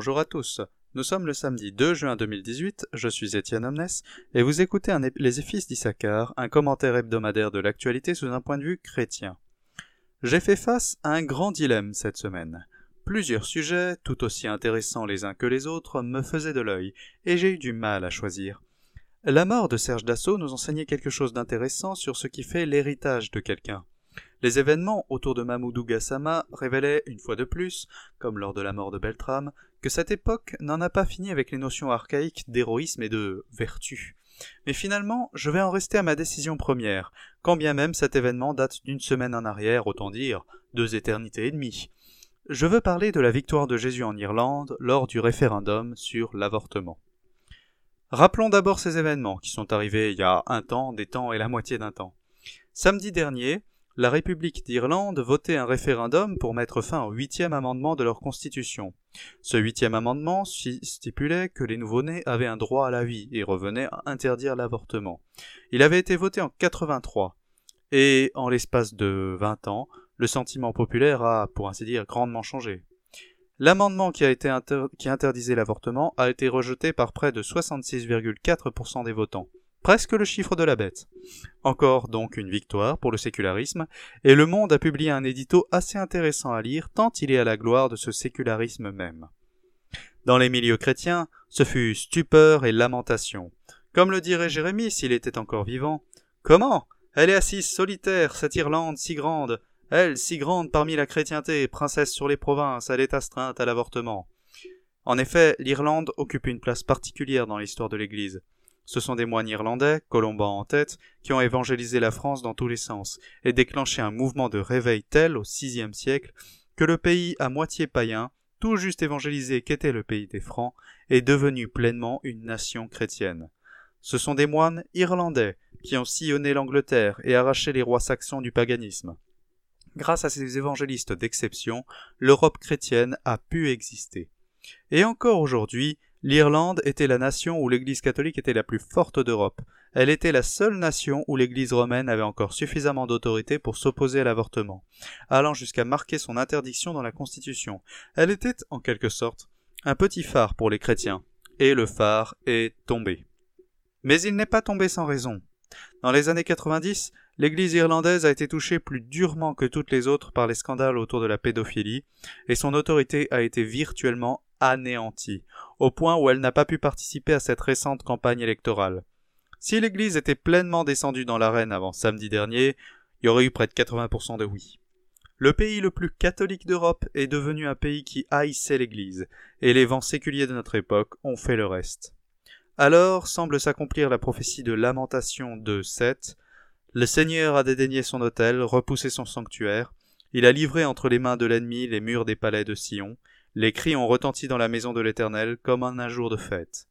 Bonjour à tous, nous sommes le samedi 2 juin 2018, je suis Étienne Omnes, et vous écoutez Les Fils d'Issachar, un commentaire hebdomadaire de l'actualité sous un point de vue chrétien. J'ai fait face à un grand dilemme cette semaine. Plusieurs sujets, tout aussi intéressants les uns que les autres, me faisaient de l'œil, et j'ai eu du mal à choisir. La mort de Serge Dassault nous enseignait quelque chose d'intéressant sur ce qui fait l'héritage de quelqu'un. Les événements autour de Mamoudou Gassama révélaient, une fois de plus, comme lors de la mort de Beltrame, que cette époque n'en a pas fini avec les notions archaïques d'héroïsme et de vertu. Mais finalement, je vais en rester à ma décision première, quand bien même cet événement date d'une semaine en arrière, autant dire 2 éternités et demie. Je veux parler de la victoire de Jésus en Irlande lors du référendum sur l'avortement. Rappelons d'abord ces événements qui sont arrivés il y a un temps, des temps et la moitié d'un temps. Samedi dernier, la République d'Irlande votait un référendum pour mettre fin au 8e amendement de leur constitution. Ce 8e amendement stipulait que les nouveau-nés avaient un droit à la vie et revenait à interdire l'avortement. Il avait été voté en 83, et en l'espace de 20 ans, le sentiment populaire a, pour ainsi dire, grandement changé. L'amendement qui interdisait l'avortement a été rejeté par près de 66,4% des votants. Presque le chiffre de la bête. Encore donc une victoire pour le sécularisme, et Le Monde a publié un édito assez intéressant à lire tant il est à la gloire de ce sécularisme même. Dans les milieux chrétiens, ce fut stupeur et lamentation. Comme le dirait Jérémie s'il était encore vivant. Comment ? Elle est assise solitaire, cette Irlande si grande. Elle, si grande parmi la chrétienté, princesse sur les provinces, elle est astreinte à l'avortement. En effet, l'Irlande occupe une place particulière dans l'histoire de l'Église. Ce sont des moines irlandais, Colomban en tête, qui ont évangélisé la France dans tous les sens et déclenché un mouvement de réveil tel au VIe siècle que le pays à moitié païen, tout juste évangélisé qu'était le pays des Francs, est devenu pleinement une nation chrétienne. Ce sont des moines irlandais qui ont sillonné l'Angleterre et arraché les rois saxons du paganisme. Grâce à ces évangélistes d'exception, l'Europe chrétienne a pu exister. Et encore aujourd'hui, l'Irlande était la nation où l'Église catholique était la plus forte d'Europe. Elle était la seule nation où l'Église romaine avait encore suffisamment d'autorité pour s'opposer à l'avortement, allant jusqu'à marquer son interdiction dans la Constitution. Elle était, en quelque sorte, un petit phare pour les chrétiens. Et le phare est tombé. Mais il n'est pas tombé sans raison. Dans les années 90, l'Église irlandaise a été touchée plus durement que toutes les autres par les scandales autour de la pédophilie, et son autorité a été virtuellement anéantie, au point où elle n'a pas pu participer à cette récente campagne électorale. Si l'Église était pleinement descendue dans l'arène avant samedi dernier, il y aurait eu près de 80% de oui. Le pays le plus catholique d'Europe est devenu un pays qui haïssait l'Église, et les vents séculiers de notre époque ont fait le reste. Alors semble s'accomplir la prophétie de Lamentation 2:7. Le Seigneur a dédaigné son autel, repoussé son sanctuaire. Il a livré entre les mains de l'ennemi les murs des palais de Sion. Les cris ont retenti dans la maison de l'Éternel comme en un jour de fête.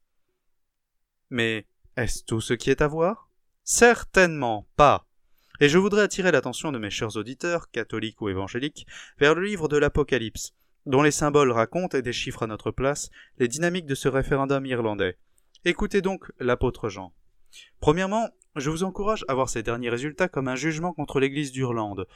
Mais est-ce tout ce qui est à voir ? Certainement pas. Et je voudrais attirer l'attention de mes chers auditeurs, catholiques ou évangéliques, vers le livre de l'Apocalypse, dont les symboles racontent et déchiffrent à notre place les dynamiques de ce référendum irlandais. Écoutez donc l'apôtre Jean. Premièrement, je vous encourage à voir ces derniers résultats comme un jugement contre l'Église d'Irlande,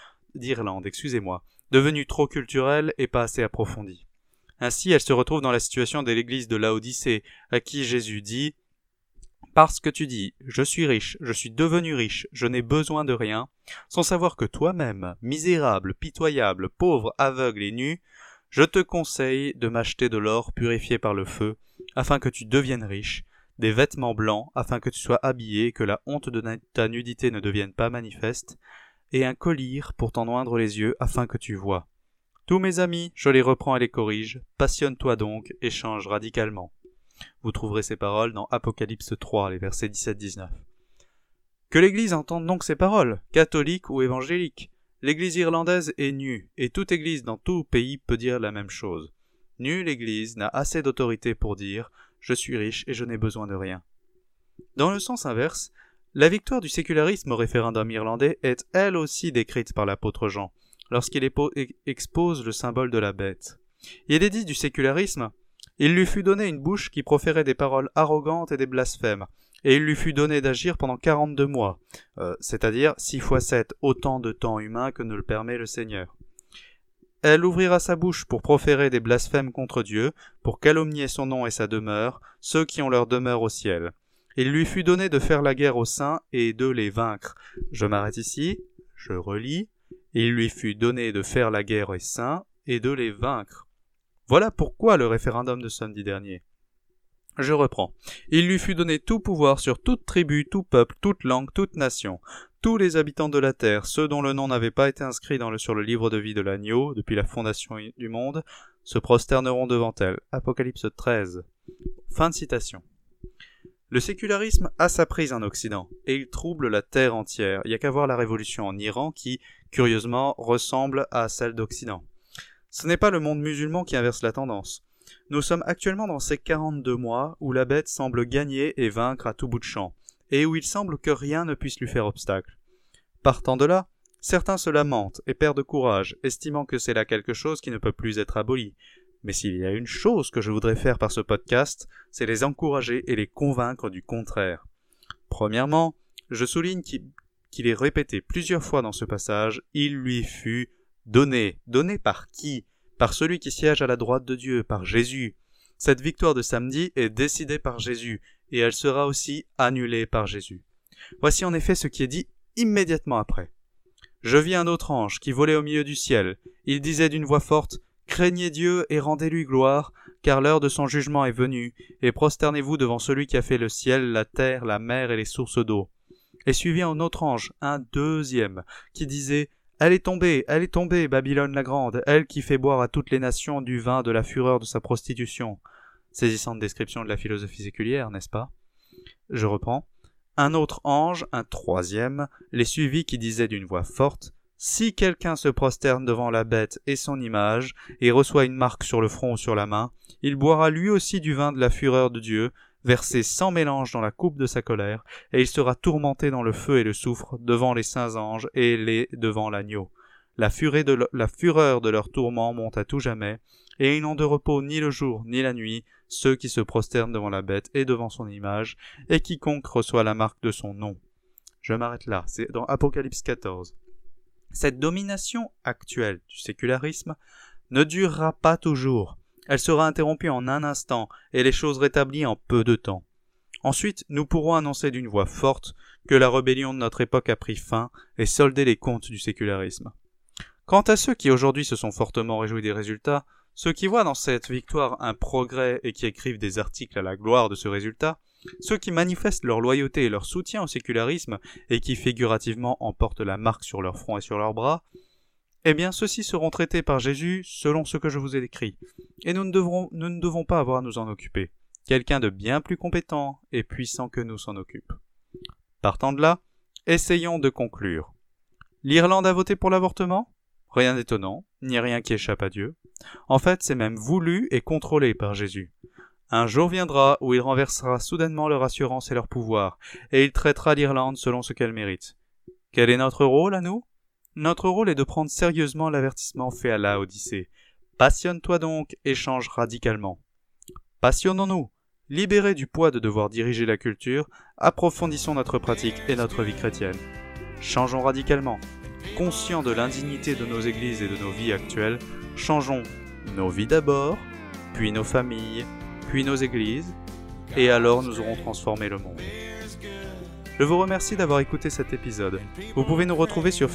devenue trop culturelle et pas assez approfondie. Ainsi, elle se retrouve dans la situation de l'Église de Laodicée, à qui Jésus dit « Parce que tu dis « Je suis riche, je suis devenu riche, je n'ai besoin de rien », sans savoir que toi-même, misérable, pitoyable, pauvre, aveugle et nu, je te conseille de m'acheter de l'or purifié par le feu, afin que tu deviennes riche, des vêtements blancs, afin que tu sois habillé et que la honte de ta nudité ne devienne pas manifeste, et un collier pour t'en oindre les yeux, afin que tu vois. Tous mes amis, je les reprends et les corrige, passionne-toi donc et change radicalement. Vous trouverez ces paroles dans Apocalypse 3, les versets 17-19. Que l'Église entende donc ces paroles, catholique ou évangélique. L'Église irlandaise est nue, et toute Église dans tout pays peut dire la même chose. Nulle Église n'a assez d'autorité pour dire « Je suis riche et je n'ai besoin de rien ». Dans le sens inverse, la victoire du sécularisme au référendum irlandais est elle aussi décrite par l'apôtre Jean, lorsqu'il expose le symbole de la bête. Il est dit du sécularisme « Il lui fut donné une bouche qui proférait des paroles arrogantes et des blasphèmes, et il lui fut donné d'agir pendant 42 mois, c'est-à-dire 6 fois 7, autant de temps humain que ne le permet le Seigneur. Elle ouvrira sa bouche pour proférer des blasphèmes contre Dieu, pour calomnier son nom et sa demeure, ceux qui ont leur demeure au ciel. Il lui fut donné de faire la guerre aux saints et de les vaincre. Je m'arrête ici, je relis. Il lui fut donné de faire la guerre aux saints et de les vaincre. Voilà pourquoi le référendum de samedi dernier. Je reprends. Il lui fut donné tout pouvoir sur toute tribu, tout peuple, toute langue, toute nation. Tous les habitants de la terre, ceux dont le nom n'avait pas été inscrit sur le livre de vie de l'agneau depuis la fondation du monde, se prosterneront devant elle. Apocalypse 13. Fin de citation. Le sécularisme a sa prise en Occident, et il trouble la terre entière. Il n'y a qu'à voir la révolution en Iran qui, curieusement, ressemble à celle d'Occident. Ce n'est pas le monde musulman qui inverse la tendance. Nous sommes actuellement dans ces 42 mois où la bête semble gagner et vaincre à tout bout de champ, et où il semble que rien ne puisse lui faire obstacle. Partant de là, certains se lamentent et perdent courage, estimant que c'est là quelque chose qui ne peut plus être aboli. Mais s'il y a une chose que je voudrais faire par ce podcast, c'est les encourager et les convaincre du contraire. Premièrement, je souligne qu'il est répété plusieurs fois dans ce passage, il lui fut donné. Donné par qui ? Par celui qui siège à la droite de Dieu, par Jésus. Cette victoire de samedi est décidée par Jésus, et elle sera aussi annulée par Jésus. Voici en effet ce qui est dit immédiatement après. Je vis un autre ange qui volait au milieu du ciel. Il disait d'une voix forte, « Craignez Dieu et rendez-lui gloire, car l'heure de son jugement est venue, et prosternez-vous devant celui qui a fait le ciel, la terre, la mer et les sources d'eau. » Et suivit un autre ange, un deuxième, qui disait, « Elle est tombée, Babylone la grande, elle qui fait boire à toutes les nations du vin de la fureur de sa prostitution. » Saisissante description de la philosophie séculière, n'est-ce pas ? Je reprends. Un autre ange, un troisième, les suivit qui disait d'une voix forte, « Si quelqu'un se prosterne devant la bête et son image, et reçoit une marque sur le front ou sur la main, il boira lui aussi du vin de la fureur de Dieu, versé sans mélange dans la coupe de sa colère, et il sera tourmenté dans le feu et le soufre devant les saints anges et devant l'agneau. La fureur de leur tourment monte à tout jamais, et ils n'ont de repos ni le jour ni la nuit, ceux qui se prosternent devant la bête et devant son image, et quiconque reçoit la marque de son nom. » Je m'arrête là, c'est dans Apocalypse 14. Cette domination actuelle du sécularisme ne durera pas toujours. Elle sera interrompue en un instant et les choses rétablies en peu de temps. Ensuite, nous pourrons annoncer d'une voix forte que la rébellion de notre époque a pris fin et solder les comptes du sécularisme. Quant à ceux qui aujourd'hui se sont fortement réjouis des résultats, ceux qui voient dans cette victoire un progrès et qui écrivent des articles à la gloire de ce résultat, ceux qui manifestent leur loyauté et leur soutien au sécularisme et qui figurativement emportent la marque sur leur front et sur leurs bras, eh bien ceux-ci seront traités par Jésus selon ce que je vous ai décrit, et nous ne devons pas avoir à nous en occuper. Quelqu'un de bien plus compétent et puissant que nous s'en occupe. Partant de là, essayons de conclure. L'Irlande a voté pour l'avortement ? Rien d'étonnant, ni rien qui échappe à Dieu. En fait, c'est même voulu et contrôlé par Jésus. Un jour viendra où il renversera soudainement leur assurance et leur pouvoir, et il traitera l'Irlande selon ce qu'elle mérite. Quel est notre rôle à nous ? Notre rôle est de prendre sérieusement l'avertissement fait à Laodicée. Passionne-toi donc et change radicalement. Passionnons-nous. Libérés du poids de devoir diriger la culture, approfondissons notre pratique et notre vie chrétienne. Changeons radicalement. Conscients de l'indignité de nos églises et de nos vies actuelles, changeons nos vies d'abord, puis nos familles, puis nos églises, et alors nous aurons transformé le monde. Je vous remercie d'avoir écouté cet épisode. Vous pouvez nous retrouver sur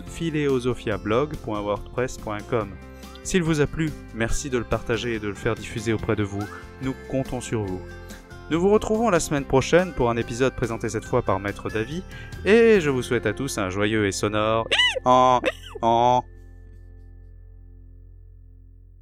philosophiablog.wordpress.com. S'il vous a plu, merci de le partager et de le faire diffuser auprès de vous. Nous comptons sur vous. Nous vous retrouvons la semaine prochaine pour un épisode présenté cette fois par Maître Davy, et je vous souhaite à tous un joyeux et sonore